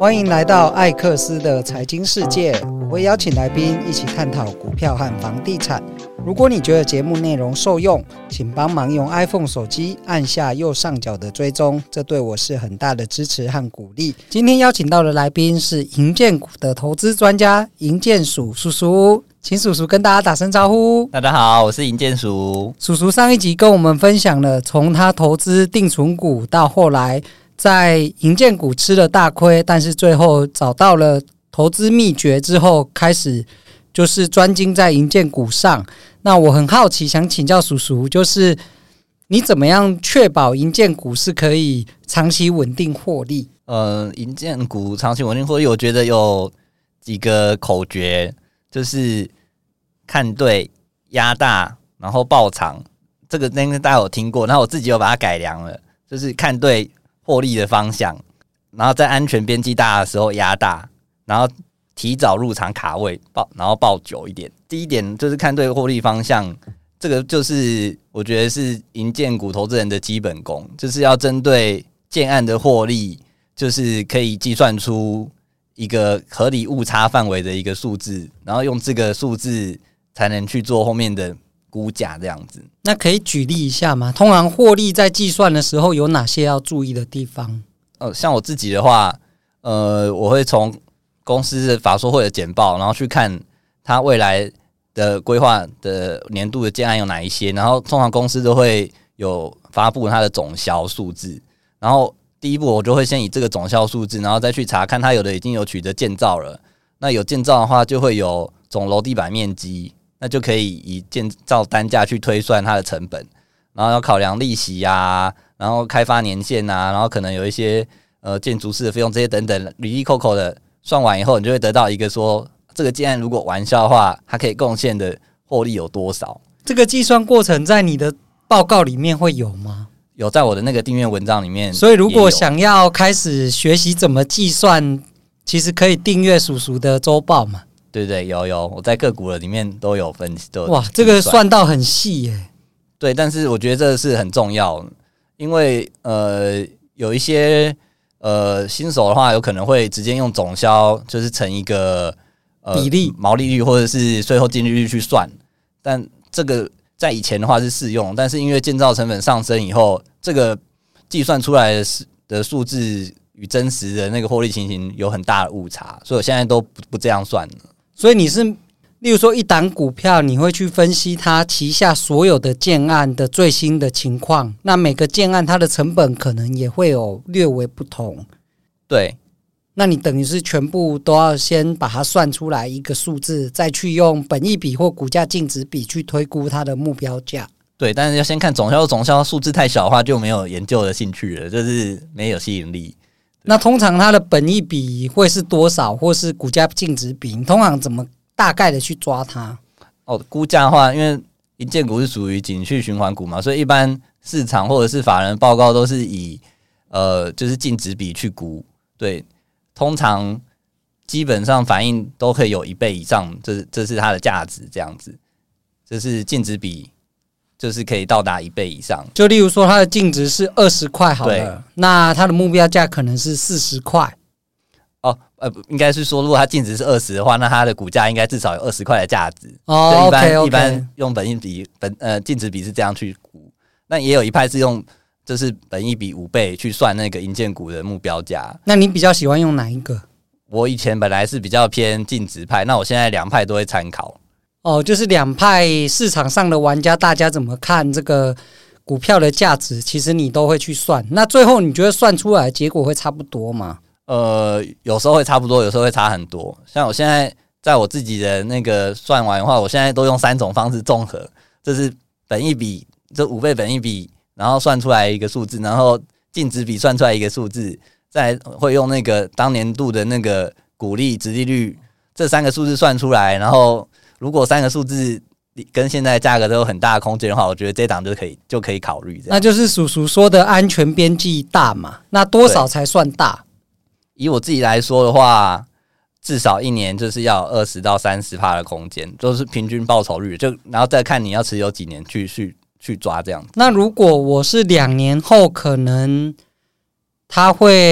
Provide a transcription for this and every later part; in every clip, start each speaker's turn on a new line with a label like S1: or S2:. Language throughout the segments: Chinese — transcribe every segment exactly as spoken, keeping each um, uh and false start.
S1: 欢迎来到艾克斯的财经世界，我会邀请来宾一起探讨股票和房地产。如果你觉得节目内容受用，请帮忙用 iPhone 手机按下右上角的追踪，这对我是很大的支持和鼓励。今天邀请到的来宾是营建股的投资专家营建署叔叔，请叔叔跟大家打声招呼。
S2: 大家好，我是营建署。
S1: 叔叔上一集跟我们分享了从他投资定存股到后来在营建股吃了大亏，但是最后找到了投资秘诀之后，开始就是专精在营建股上。那我很好奇，想请教叔叔，就是你怎么样确保营建股是可以长期稳定获利？
S2: 呃，营建股长期稳定获利，我觉得有几个口诀，就是看对、压大，然后爆长。这个那个大家有听过，然后我自己有把它改良了，就是看对获利的方向，然后在安全边际大的时候压大，然后提早入场卡位，抱然后抱久一点。第一点就是看对获利方向，这个就是我觉得是营建股投资人的基本功，就是要针对建案的获利，就是可以计算出一个合理误差范围的一个数字，然后用这个数字才能去做后面的估价这样子。
S1: 那可以举例一下吗？通常获利在计算的时候有哪些要注意的地方？
S2: 呃，像我自己的话，呃，我会从公司的法说会的简报，然后去看它未来的规划的年度的建案有哪一些，然后通常公司都会有发布它的总销数字，然后第一步我就会先以这个总销数字，然后再去查看它有的已经有取得建造了，那有建造的话就会有总楼地板面积，那就可以以建造单价去推算它的成本，然后要考量利息啊，然后开发年限啊，然后可能有一些呃建筑师的费用这些等等，里里扣扣的算完以后，你就会得到一个说这个建案如果完销的话，它可以贡献的获利有多少。
S1: 这个计算过程在你的报告里面会有吗？
S2: 有，在我的那个订阅文章里面。
S1: 所以如果想要开始学习怎么计算，其实可以订阅叔叔的周报嘛。
S2: 对对，有有，我在个股的里面都有分析。
S1: 哇，这个算到很细耶。
S2: 对，但是我觉得这是很重要，因为呃有一些呃新手的话，有可能会直接用总销，就是乘一个呃
S1: 比例
S2: 毛利率或者是税后净利率去算，但这个在以前的话是适用，但是因为建造成本上升以后，这个计算出来的的数字与真实的那个获利情形有很大的误差，所以我现在都 不, 不这样算了。
S1: 所以你是例如说一档股票，你会去分析它旗下所有的建案的最新的情况，那每个建案它的成本可能也会有略微不同。
S2: 对，
S1: 那你等于是全部都要先把它算出来一个数字，再去用本益比或股价净值比去推估它的目标价。
S2: 对，但是要先看总销，总销数字太小的话就没有研究的兴趣了，就是没有吸引力。
S1: 那通常它的本益比会是多少，或是股价净值比？你通常怎么大概的去抓它？
S2: 哦，估价的话，因为营建股是属于景气循环股嘛，所以一般市场或者是法人报告都是以呃就是净值比去估。对，通常基本上反映都可以有一倍以上，这这是它的价值，这样子，这是净值比。就是可以到达一倍以上，
S1: 就例如说它的净值是二十块好了，那它的目标价可能是四十块。
S2: 哦，呃，应该是说，如果它净值是二十的话，那它的股价应该至少有二十块的价值。
S1: 哦，
S2: 一般
S1: okay, okay.
S2: 一般用本益比本呃净值比是这样去估，那也有一派是用就是本益比五倍去算那个营建股的目标价。
S1: 那你比较喜欢用哪一个？
S2: 我以前本来是比较偏净值派，那我现在两派都会参考。
S1: 哦，就是两派市场上的玩家，大家怎么看这个股票的价值，其实你都会去算。那最后你觉得算出来的结果会差不多吗？
S2: 呃，有时候会差不多，有时候会差很多。像我现在在我自己的那个算完的话，我现在都用三种方式综合，这是本益比，这五倍本益比，然后算出来一个数字，然后净值比算出来一个数字，再会用那个当年度的那个股利、殖利率这三个数字算出来，然后如果三个数字跟现在价格都有很大的空间的话，我觉得这档就可以就可以考虑。
S1: 那就是叔叔说的安全边际大嘛？那多少才算大？
S2: 以我自己来说的话，至少一年就是要有二十到三十趴的空间，就是平均报酬率。就然后再看你要持有几年去去去抓这样子。
S1: 那如果我是两年后，可能他会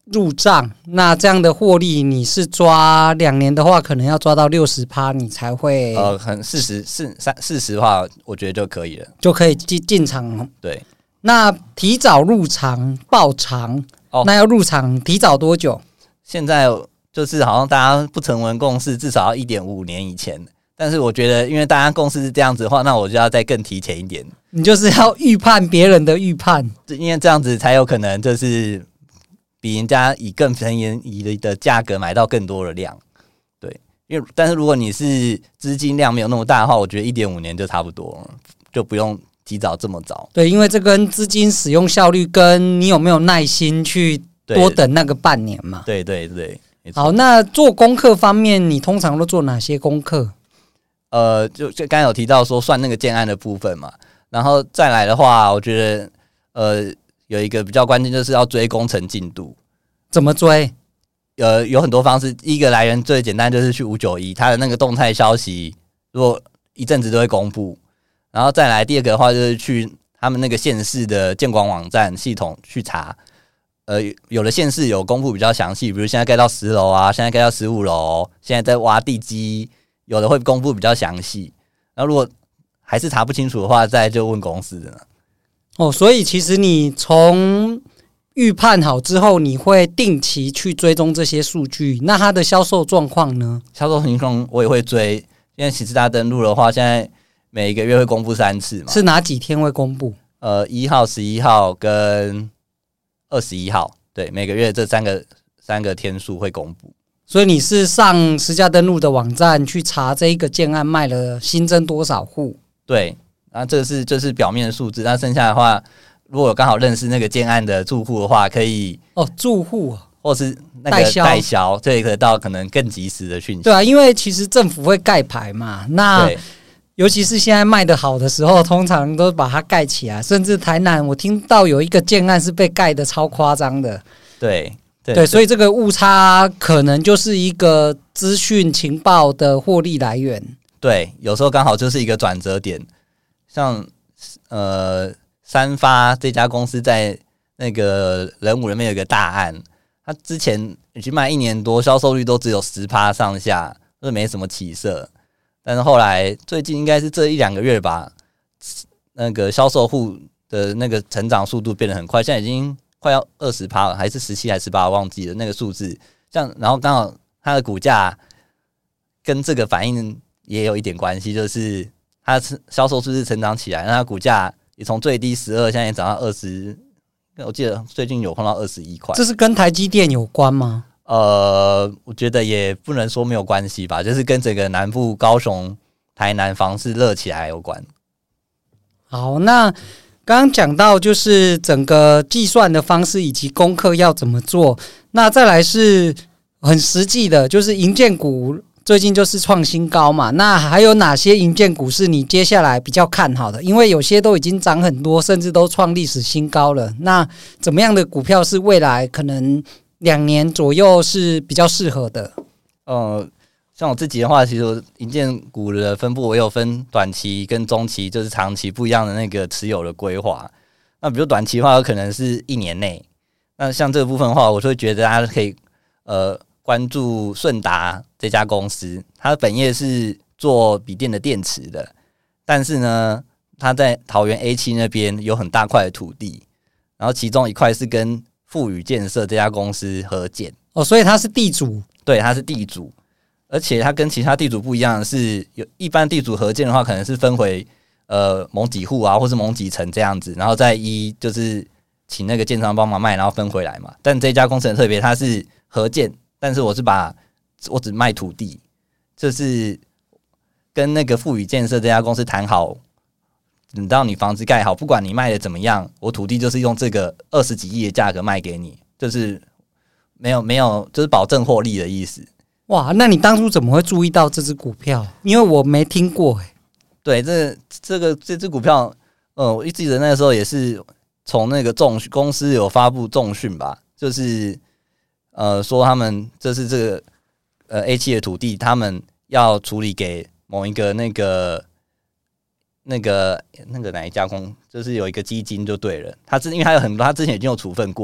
S1: 入账，那这样的获利你是抓两年的话，可能要抓到 百分之六十 你才会
S2: 呃，很四十四三四十的话，我觉得就可以了，
S1: 就可以进进场。
S2: 对，
S1: 那提早入场爆长，哦、那要入场提早多久？
S2: 现在就是好像大家不成文共识，至少要 一点五年以前。但是我觉得，因为大家共识是这样子的话，那我就要再更提前一点。
S1: 你就是要预判别人的预判，
S2: 因为这样子才有可能就是比人家以更便宜的价格买到更多的量。对，因为但是如果你是资金量没有那么大的话，我觉得 一点五年就差不多了，就不用提早这么早。
S1: 对，因为这跟资金使用效率跟你有没有耐心去多等那个半年嘛。
S2: 对对对。
S1: 好，那做功课方面，你通常都做哪些功课？
S2: 呃，就就刚才有提到说算那个建案的部分嘛，然后再来的话，我觉得呃有一个比较关键就是要追工程进度。
S1: 怎么追？
S2: 呃，有很多方式，一个来源最简单就是去五九一，它的那个动态消息，如果一阵子都会公布。然后再来第二个的话，就是去他们那个县市的建管网站系统去查。呃，有的县市有公布比较详细，比如现在盖到十楼啊，现在盖到十五楼，现在在挖地基。有的会公布比较详细，然后如果还是查不清楚的话，再就问公司的。
S1: 哦，所以其实你从预判好之后，你会定期去追踪这些数据。那它的销售状况呢？
S2: 销售情况我也会追，因为其实大登录的话，现在每一个月会公布三次嘛。
S1: 是哪几天会公布？
S2: 呃，一号、十一号跟二十一号，对，每个月这三个三个天数会公布。
S1: 所以你是上实价登录的网站去查这一个建案卖了新增多少户？
S2: 对，那这是这是表面的数字，那剩下的话，如果刚好认识那个建案的住户的话，可以
S1: 哦，住户
S2: 或是那个代销，这个到可能更及时的讯息。
S1: 对啊，因为其实政府会盖牌嘛，那尤其是现在卖得好的时候，通常都把它盖起来，甚至台南我听到有一个建案是被盖得超夸张的。
S2: 对。
S1: 对, 对，所以这个误差可能就是一个资讯情报的获利来源。
S2: 对，有时候刚好就是一个转折点。像呃三发这家公司在那个仁武那边有一个大案，他之前已经卖一年多，销售率都只有 百分之十 上下，就是没什么起色。但是后来最近应该是这一两个月吧，那个销售户的那个成长速度变得很快，现在已经快要 百分之二十 了，还是十七还是十八，忘记了那个数字。这样，然后刚好它的股价跟这个反应也有一点关系，就是它的销售数字成长起来，那它股价也从最低十二，现在也涨到二十。我记得最近有碰到二十一块。
S1: 这是跟台积电有关吗？
S2: 呃，我觉得也不能说没有关系吧，就是跟整个南部高雄、台南房市热起来有关。
S1: 好，那刚刚讲到就是整个计算的方式以及功课要怎么做，那再来是很实际的，就是营建股最近就是创新高嘛，那还有哪些营建股是你接下来比较看好的？因为有些都已经涨很多，甚至都创历史新高了。那怎么样的股票是未来可能两年左右是比较适合的？
S2: 呃，像我自己的话，其实营建股的分布我有分短期跟中期，就是长期不一样的那个持有的规划。那比如短期的话，有可能是一年内。那像这个部分的话，我就会觉得大家可以呃关注顺达这家公司，它的本业是做笔电的电池的，但是呢，它在桃园 A 七 那边有很大块的土地，然后其中一块是跟富宇建设这家公司合建。
S1: 哦，所以它是地主。
S2: 对，它是地主。而且它跟其他地主不一样的是，有一般地主合建的话，可能是分回呃某几户啊，或是某几层这样子，然后再依就是请那个建商帮忙卖，然后分回来嘛。但这家公司很特别，它是合建，但是我是把我只卖土地，就是跟那个富宇建设这家公司谈好，等到你房子盖好，不管你卖的怎么样，我土地就是用这个二十几亿的价格卖给你，就是没有没有就是保证获利的意思。
S1: 哇，那你当初怎么会注意到这只股票？因为我没听过、欸。
S2: 对，这这个这只股票，呃，我一直记得那个时候也是从那个重公司有发布重讯吧，就是呃说他们这是这个呃 A 七 的土地，他们要处理给某一个那个那个那个哪一家公，就是有一个基金就对了，他是因为他有很多，他之前已经有处分过了，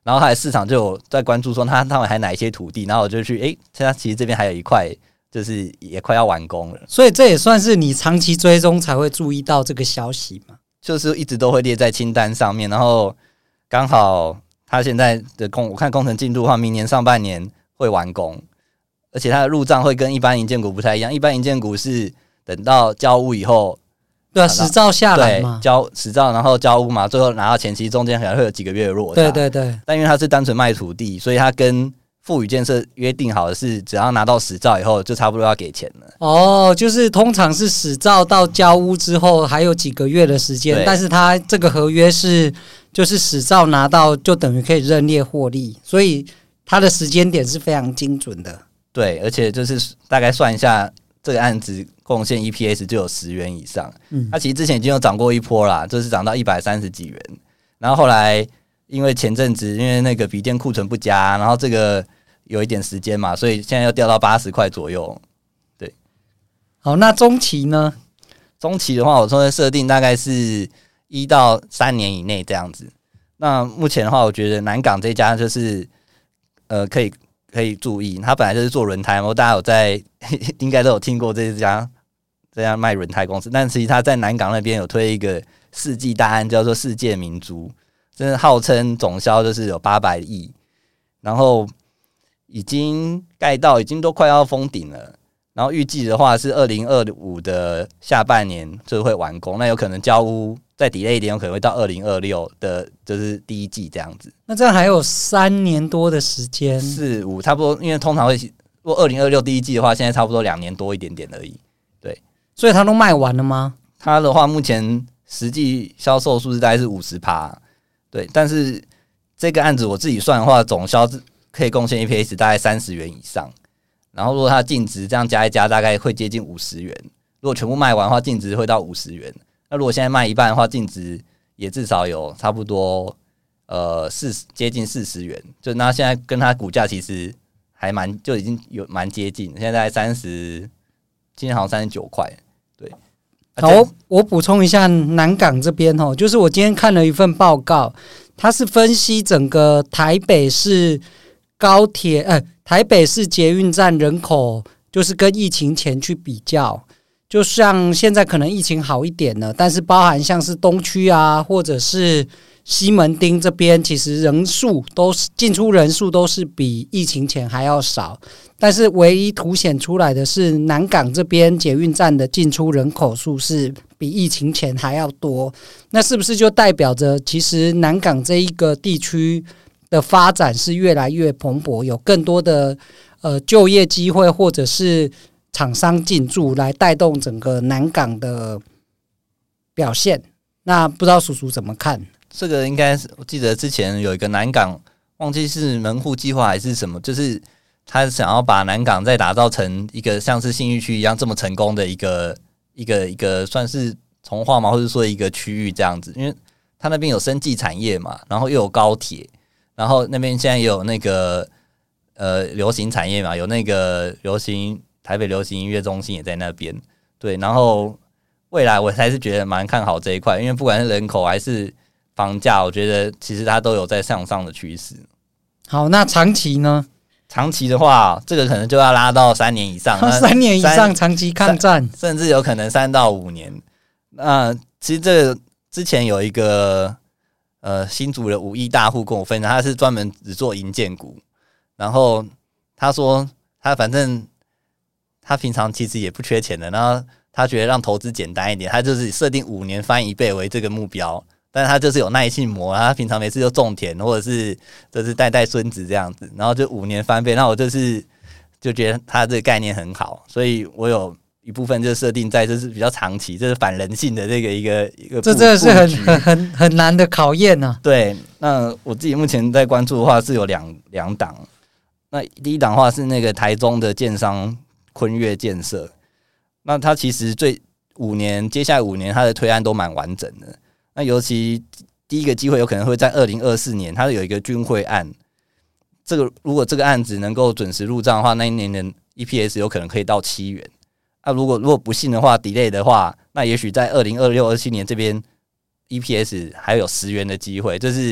S2: 然后后来市场就有在关注说他他们还哪一些土地，然后我就去哎，现在其实这边还有一块就是也快要完工了，
S1: 所以这也算是你长期追踪才会注意到这个消息嘛？
S2: 就是一直都会列在清单上面，然后刚好他现在的工我看工程进度的话，明年上半年会完工，而且它的入账会跟一般营建股不太一样，一般营建股是等到交屋以后。
S1: 对啊，实照下来嘛，
S2: 对，交实照，然后交屋嘛，最后拿到前期中间可能会有几个月的落差。
S1: 对对对。
S2: 但因为它是单纯卖土地，所以它跟富宇建设约定好的是，只要拿到实照以后，就差不多要给钱了。
S1: 哦，就是通常是实照到交屋之后还有几个月的时间，但是它这个合约是就是实照拿到就等于可以认列获利，所以它的时间点是非常精准的。
S2: 对，而且就是大概算一下。这个案子贡献 E P S 就有十元以上，嗯，它其实之前已经有涨过一波啦，就是涨到一百三十几元，然后后来因为前阵子因为那个笔电库存不佳，然后这个有一点时间嘛，所以现在又掉到八十块左右。对，
S1: 好，那中期呢？
S2: 中期的话，我说的设定大概是一到三年以内这样子。那目前的话，我觉得南港这家就是呃可以。可以注意，他本来就是做轮胎嘛，大家有在应该都有听过这家这家卖轮胎公司，但其实他在南港那边有推一个世纪大案，叫做世界明珠，真的号称总销就是有八百亿，然后已经盖到已经都快要封顶了，然后预计的话是二零二五的下半年就会完工，那有可能交屋再 delay 一点，有可能会到二零二六的就是第一季这样子。
S1: 那这样还有三年多的时间，
S2: 四五差不多，因为通常会如果二零二六第一季的话，现在差不多两年多一点点而已。对，
S1: 所以它都卖完了吗？
S2: 它的话，目前实际销售数字大概是 百分之五十， 对，但是这个案子我自己算的话，总销可以贡献 E P S 大概三十元以上，然后如果它净值这样加一加，大概会接近五十元。如果全部卖完的话，净值会到五十元。那如果现在卖一半的话，净值也至少有差不多呃四十接近四十元。就那现在跟它股价其实还蛮就已经有蛮接近，现在大概三十，今天好像三十九块。对，
S1: 好，我补充一下南港这边哦，就是我今天看了一份报告，它是分析整个台北市高铁，呃，台北市捷运站人口，就是跟疫情前去比较。就像现在可能疫情好一点了，但是包含像是东区啊，或者是西门町这边，其实人数都是进出人数都是比疫情前还要少，但是唯一凸显出来的是南港这边捷运站的进出人口数是比疫情前还要多。那是不是就代表着其实南港这一个地区的发展是越来越蓬勃，有更多的呃就业机会，或者是厂商进驻来带动整个南港的表现？那不知道叔叔怎么看？
S2: 这个应该是我记得之前有一个南港，忘记是门户计划还是什么，就是他想要把南港再打造成一个像是信义区一样这么成功的一个一个一个算是从化嘛，或者说一个区域这样子，因为他那边有生技产业嘛，然后又有高铁，然后那边现在也有那个呃流行产业嘛，有那个流行台北流行音乐中心也在那边，对，然后未来我还是觉得蛮看好这一块，因为不管是人口还是房价，我觉得其实它都有在向上的趋势。
S1: 好，那长期呢？
S2: 长期的话，这个可能就要拉到三年以上，
S1: 三年以上长期抗战，
S2: 甚至有可能三到五年。那其实这个之前有一个呃新竹的五亿大户跟我分享，他是专门只做营建股，然后他说他反正他平常其实也不缺钱的，然后他觉得让投资简单一点，他就是设定五年翻一倍为这个目标。但是他就是有耐性磨，他平常每次就种田，或者是就是带带孙子这样子，然后就五年翻倍。那我就是就觉得他这个概念很好，所以我有一部分就设定在就是比较长期，这是反人性的这个一个一个，
S1: 这真的是很很很很难的考验啊。
S2: 对，那我自己目前在关注的话是有两两档，那第一档的话是那个台中的建商坤越建设，那他其实最五年接下来五年他的推案都蛮完整的。那尤其第一个机会有可能会在二零二四年，它有一个军会案。这个如果这个案子能够准时入账的话，那一年的 E P S 有可能可以到七元。那、啊、如果如果不幸的话 ，delay 的话，那也许在二零二六、二七年这边 E P S 还有十元的机会。这是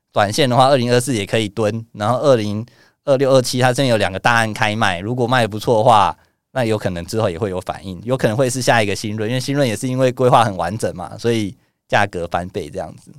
S2: 短线的话，二零二四也可以蹲，然后二零二六、二七它这边有两个大案开卖，如果卖得不错的话，那有可能之后也会有反应，有可能会是下一个新润，因为新润也是因为规划很完整嘛，所以价格翻倍这样子。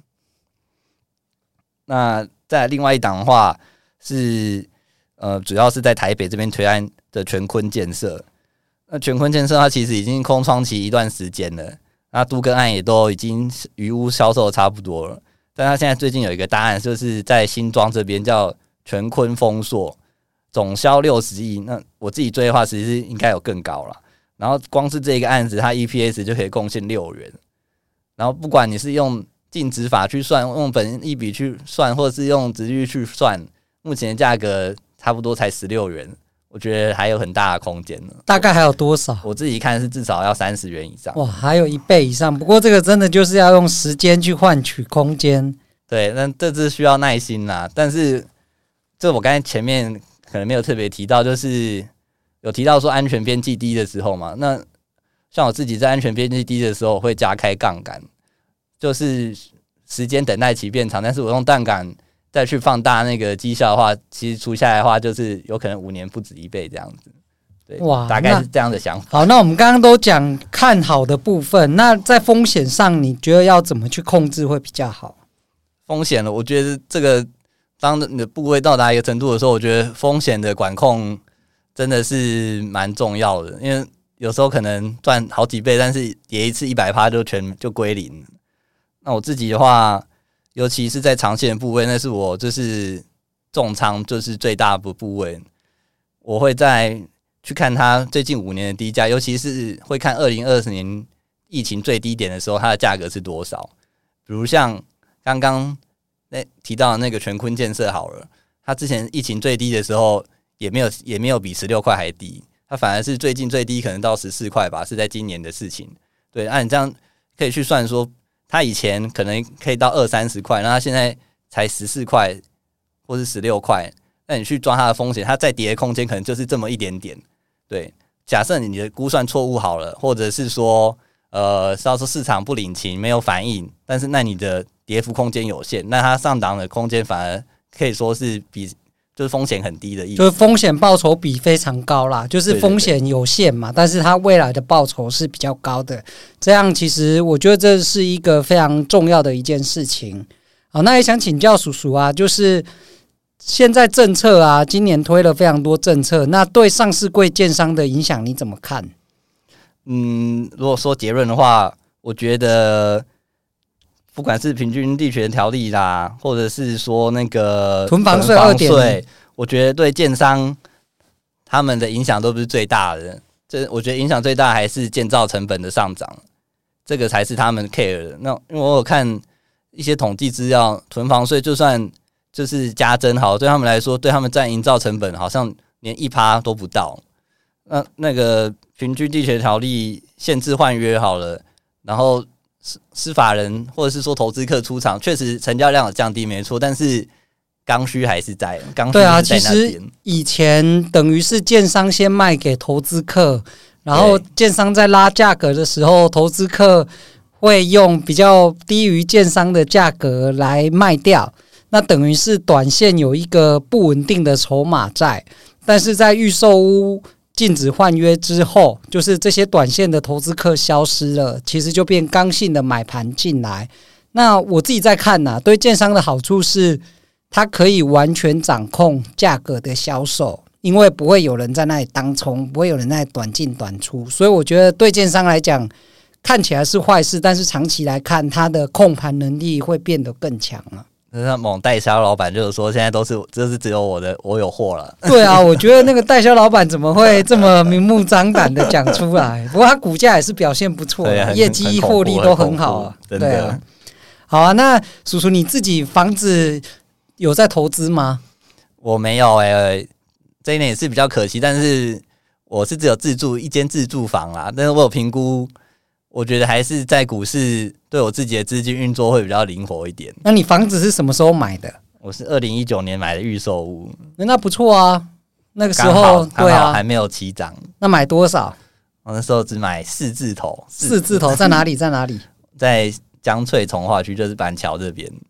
S2: 那再来另外一档的话是呃，主要是在台北这边推案的全坤建设。那全坤建设它其实已经空窗期一段时间了，那都更案也都已经余屋销售差不多了，但它现在最近有一个大案，就是在新庄这边叫全坤丰硕，总销六十亿。那我自己追的话，其实应该有更高了。然后光是这个案子，它 E P S 就可以贡献六元。然后不管你是用净值法去算，用本益比去算，或者是用殖利率去算，目前的价格差不多才十六元，我觉得还有很大的空间呢。
S1: 大概还有多少？
S2: 我自己看是至少要三十元以上。
S1: 哇，还有一倍以上。不过这个真的就是要用时间去换取空间。
S2: 对，那这是需要耐心啦。但是这我刚才前面可能没有特别提到，就是有提到说安全边际低的时候嘛，那像我自己在安全边际低的时候，我会加开杠杆，就是时间等待期变长，但是我用杠杆再去放大那个绩效的话，其实除下来的话，就是有可能五年不止一倍这样子。对，哇，大概是这样的想法。
S1: 好，那我们刚刚都讲看好的部分，那在风险上，你觉得要怎么去控制会比较好？
S2: 风险了，我觉得这个当你的部位到达一个程度的时候，我觉得风险的管控真的是蛮重要的，因为有时候可能赚好几倍，但是跌一次一百趴就全就归零。那我自己的话，尤其是在长线的部位，那是我就是重仓就是最大的部位，我会在去看它最近五年的低价，尤其是会看二零二零年疫情最低点的时候，它的价格是多少。比如像刚刚那提到的那个全坤建设好了，它之前疫情最低的时候也没有也没有比十六块还低，它反而是最近最低可能到十四块吧，是在今年的事情。对，按、啊、你这样可以去算说，它以前可能可以到二三十块，那它现在才十四块或是十六块，那你去抓它的风险，它再跌的空间可能就是这么一点点。对，假设你的估算错误好了，或者是说呃，到时候市场不领情没有反应，但是那你的跌幅空间有限，那它上档的空间反而可以说是比就是风险很低的意思，
S1: 就是风险报酬比非常高啦，就是风险有限嘛，对对对，但是它未来的报酬是比较高的，这样其实我觉得这是一个非常重要的一件事情。好，那也想请教叔叔啊，就是现在政策啊，今年推了非常多政策，那对上市柜建商的影响你怎么看？
S2: 嗯，如果说结论的话，我觉得不管是平均地权条例啦，或者是说那个
S1: 囤房税二点零，
S2: 我觉得对建商他们的影响都不是最大的。这我觉得影响最大还是建造成本的上涨，这个才是他们 care 的。那因为我有看一些统计资料，囤房税就算就是加征好，对他们来说，对他们占营造成本好像连一趴都不到。那那个平均地权条例限制换约好了，然后司法人或者是说投资客出场，确实成交量有降低没错，但是刚需还是在，刚需
S1: 对啊，
S2: 是在那边。
S1: 其实以前等于是建商先卖给投资客，然后建商在拉价格的时候，投资客会用比较低于建商的价格来卖掉，那等于是短线有一个不稳定的筹码在，但是在预售屋禁止换约之后，就是这些短线的投资客消失了，其实就变刚性的买盘进来。那我自己在看啊，对建商的好处是它可以完全掌控价格的销售，因为不会有人在那里当冲，不会有人在那里短进短出，所以我觉得对建商来讲看起来是坏事，但是长期来看它的控盘能力会变得更强了。
S2: 那某代销老板就是说，现在都是就是只有我的我有货了。
S1: 对啊，我觉得那个代销老板怎么会这么明目张胆的讲出来？不过他股价也是表现不错的，业绩获利都很好啊。
S2: 真的。
S1: 对啊，好啊，那叔叔你自己房子有在投资吗？
S2: 我没有哎、欸，这一点也是比较可惜。但是我是只有自住一间自住房啦，但是我有评估，我觉得还是在股市对我自己的资金运作会比较灵活一点。
S1: 那你房子是什么时候买的？
S2: 我是二零一九年买的预售屋，
S1: 那不错啊。那个时候对啊，
S2: 还没有起涨。
S1: 那买多少？
S2: 我那时候只买四字头。
S1: 四字头在哪里？在哪里？
S2: 在江翠从化区，就是板桥这边。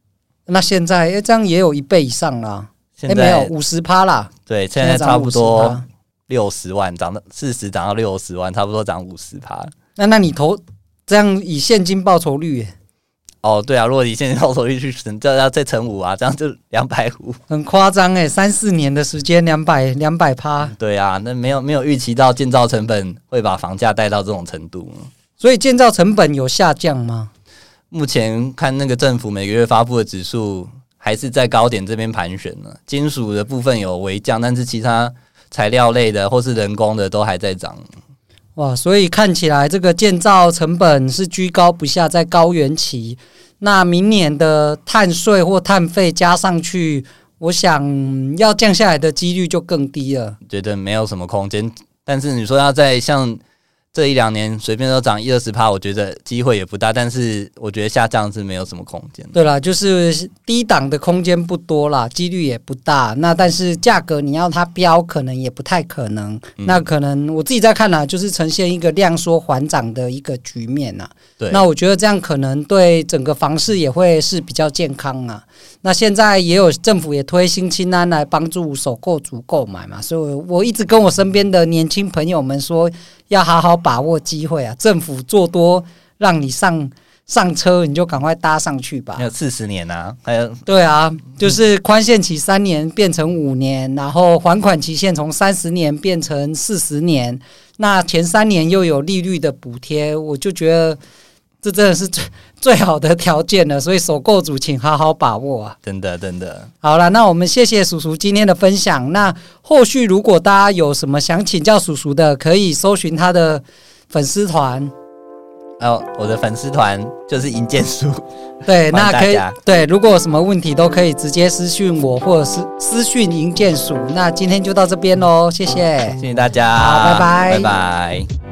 S1: 那现在哎，这样也有一倍以上啦。
S2: 现在
S1: 没有五十趴啦。
S2: 对，现在差不多六十万，涨到四十，涨到六十万，差不多涨五十趴。
S1: 那那你投这样以现金报酬率耶？
S2: 哦，对啊，如果以现金报酬率去乘，就要再乘五啊，这样就两百五，
S1: 很夸张哎，三四年的时间，两百两百趴。
S2: 对啊，那没有没有预期到建造成本会把房价带到这种程度。
S1: 所以建造成本有下降吗？
S2: 目前看那个政府每个月发布的指数，还是在高点这边盘旋呢。金属的部分有微降，但是其他材料类的或是人工的都还在涨。
S1: 哇，所以看起来这个建造成本是居高不下，在高原期。那明年的碳税或碳费加上去，我想要降下来的几率就更低了。
S2: 觉得没有什么空间，但是你说要在像这一两年随便都涨一二十趴，我觉得机会也不大，但是我觉得下降是没有什么空间。
S1: 对啦，就是低档的空间不多啦，几率也不大。那但是价格你要它飙，可能也不太可能。嗯、那可能我自己在看啦，就是呈现一个量缩缓涨的一个局面啦。对，那我觉得这样可能对整个房市也会是比较健康啊。那现在也有政府也推新青安来帮助首购族购买嘛，所以我一直跟我身边的年轻朋友们说，要好好把握机会啊！政府做多让你上上车，你就赶快搭上去吧。
S2: 还有四十年啊，还有
S1: 对啊，就是宽限期三年变成五年，然后还款期限从三十年变成四十年，那前三年又有利率的补贴，我就觉得这真的是最最好的条件了，所以首购族请好好把握啊！
S2: 真的真的。
S1: 好了，那我们谢谢叔叔今天的分享。那后续如果大家有什么想请教叔叔的，可以搜寻他的粉丝团。
S2: 哦，我的粉丝团就是营建署。
S1: 对，那可以对，如果有什么问题都可以直接私讯我，或者是私讯营建署。那今天就到这边喽，谢谢，
S2: 谢谢大家，
S1: 好，拜拜，
S2: 拜拜。